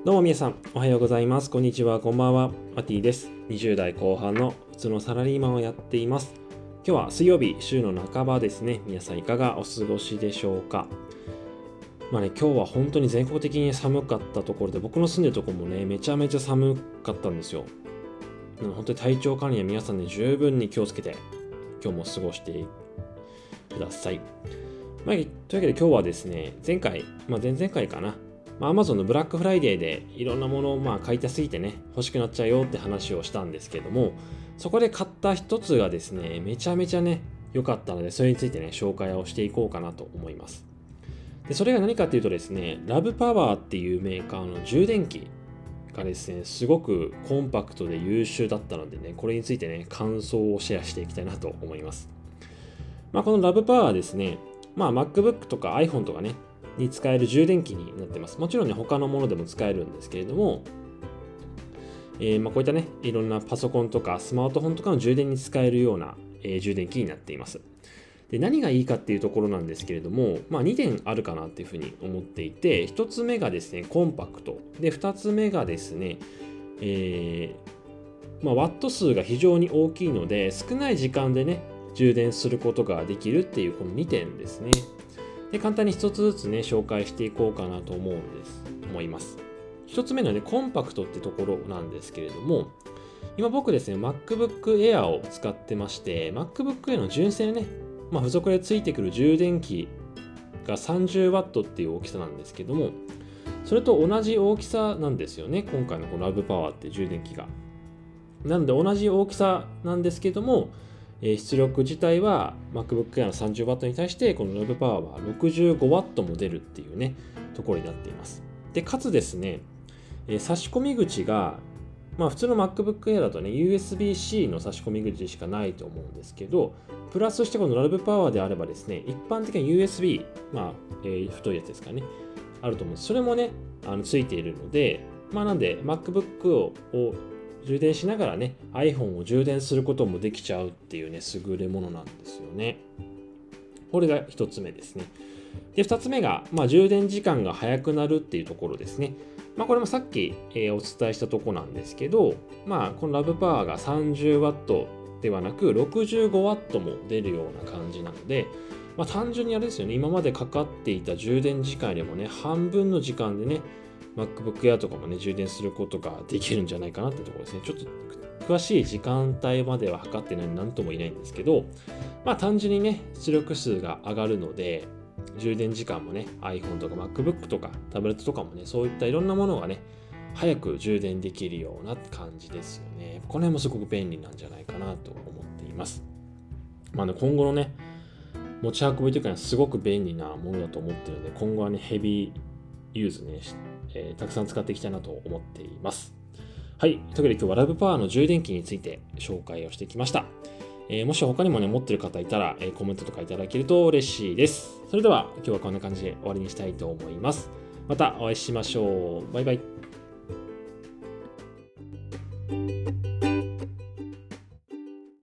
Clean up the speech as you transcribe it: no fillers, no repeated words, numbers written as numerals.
どうも皆さん、おはようございます。こんにちは、こんばんは。マティです。20代後半の普通のサラリーマンをやっています。今日は水曜日、週の半ばですね。皆さんいかがお過ごしでしょうか。今日は本当に全国的に寒かったところで、僕の住んでるところもね、めちゃめちゃ寒かったんですよ。本当に体調管理は皆さんね、十分に気をつけて、今日も過ごしてください。というわけで今日はですね、前々回かな。Amazon のブラックフライデーでいろんなものを買いたすぎてね、欲しくなっちゃうよって話をしたんですけども、そこで買った一つがですね、めちゃめちゃね、良かったので、それについてね、紹介をしていこうかなと思います。で、それが何かっていうとですね、ラブパワーっていうメーカーの充電器がですね、すごくコンパクトで優秀だったのでね、これについてね、感想をシェアしていきたいなと思います。このラブパワーはですね、MacBook とか iPhone とかね、に使える充電器になってます。もちろんね、他のものでも使えるんですけれども、こういったね、いろんなパソコンとかスマートフォンとかの充電に使えるような、充電器になっています。で、何がいいかっていうところなんですけれども、2点あるかなっていうふうに思っていて、1つ目がですね、コンパクト。で、2つ目がですね、ワット数が非常に大きいので、少ない時間でね、充電することができるっていうこの2点ですね。で、簡単に一つずつね、紹介していこうかなと思います。一つ目のね、コンパクトってところなんですけれども、今僕ですね、MacBook Air を使ってまして、MacBook Air の純正のね、付属でついてくる充電器が 30W っていう大きさなんですけども、それと同じ大きさなんですよね、今回のこのラブパワーっていう充電器が。なので同じ大きさなんですけども、出力自体は MacBook Air の 30W に対してこのラブパワーは 65W も出るっていうねところになっています。でかつですね、差し込み口が普通の MacBook Air だとね USB-C の差し込み口しかないと思うんですけど、プラスしてこのラブパワーであればですね、一般的に USB、太いやつですかね、あると思うんです。それもねついているので、なんで MacBook を充電しながらね iPhone を充電することもできちゃうっていうね優れものなんですよね。これが一つ目ですね。で二つ目が、充電時間が早くなるっていうところですね。これもさっき、お伝えしたところなんですけど、このラブパワーが 30W ではなく 65W も出るような感じなので、単純にあれですよね、今までかかっていた充電時間よりもね半分の時間でねMacBook Air とかもね、充電することができるんじゃないかなってところですね。ちょっと詳しい時間帯までは測ってないので何とも言えないんですけど、単純にね、出力数が上がるので、充電時間もね、iPhone とか MacBook とかタブレットとかもね、そういったいろんなものがね、早く充電できるような感じですよね。この辺もすごく便利なんじゃないかなと思っています。今後のね、持ち運びというかすごく便利なものだと思っているので、今後はね、ヘビーユーズね、たくさん使っていきたいなと思っています。はい。というわけで今日はラブパワーの充電器について紹介をしてきました。もし他にもね、持ってる方いたら、コメントとかいただけると嬉しいです。それでは今日はこんな感じで終わりにしたいと思います。またお会いしましょう。バイバイ。